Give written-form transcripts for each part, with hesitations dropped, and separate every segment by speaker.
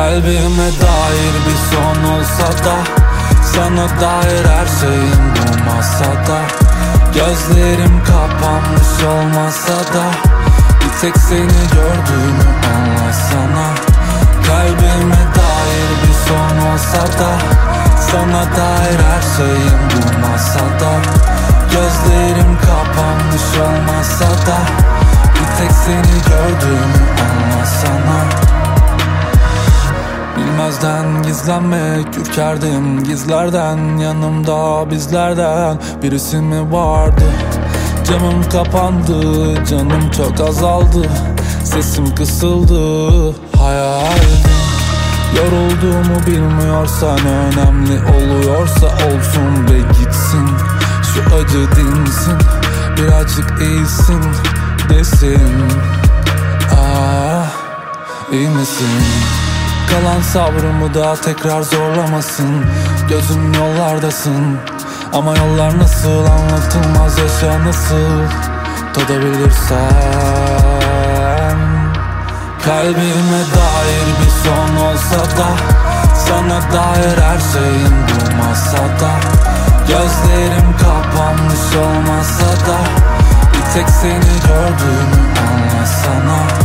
Speaker 1: Kalbime dair bir son olsa da, sana dair her şeyim bu masada. Gözlerim kapanmış olmasa da, bir tek seni gördüğümü anlasana. Kalbime dair bir son olsa da, sana dair her şeyim bu masada. Gözlerim kapanmış olmasa da, bir tek seni gördüğümü anlasana. Bilmezden gizlenmek, ürkerdim gizlerden. Yanımda bizlerden birisi mi vardı? Camım kapandı, canım çok azaldı. Sesim kısıldı, hayalim. Yorulduğumu bilmiyorsan, önemli oluyorsa olsun ve gitsin. Şu acı dinsin, birazcık iyisin desin. Ah, iyi misin? Kalan sabrımı da tekrar zorlamasın. Gözüm yollardasın, ama yollar nasıl anlatılmaz, yaşa nasıl tadabilirsen. Kalbime dair bir son olsa da, sana dair her şeyim bu masada. Gözlerim kapanmış olmasa da, bir tek seni gördüğümü anlasana.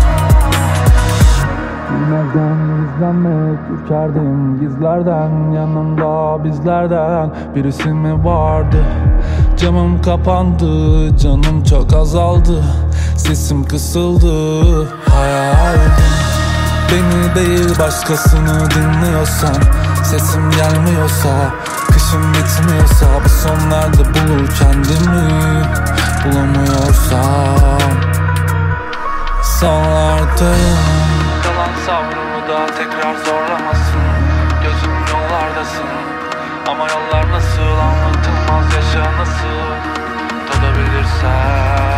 Speaker 1: Bilmezden gizlenmek, ürkerdim gizlerden. Yanımda bizlerden birisi mi vardı? Camım kapandı, canım çok azaldı. Sesim kısıldı, hayalim. Beni değil başkasını dinliyorsan, sesim gelmiyorsa, kışım bitmiyorsa, bu sonlarda bulur kendimi. Bulamıyorsam sonlardayım. Kalan sabrımı da tekrar zorlamasın. Gözüm yollardasın, ama yollar nasıl anlatılmaz, yaşa nasıl tadabilirsen.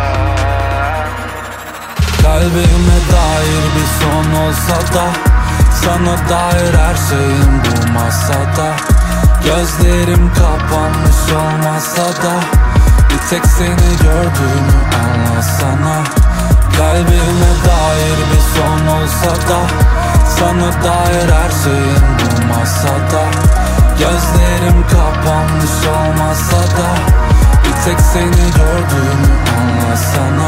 Speaker 1: Kalbime dair bir son olsa da, sana dair her şeyim bu masada. Gözlerim kapanmış olmasa da, bir tek seni gördüğümü anlasana. Kalbime dair bir son olsa da, sana dair her şeyim bu masada. Gözlerim kapanmış olmasa da, bir tek seni gördüğümü anlasana.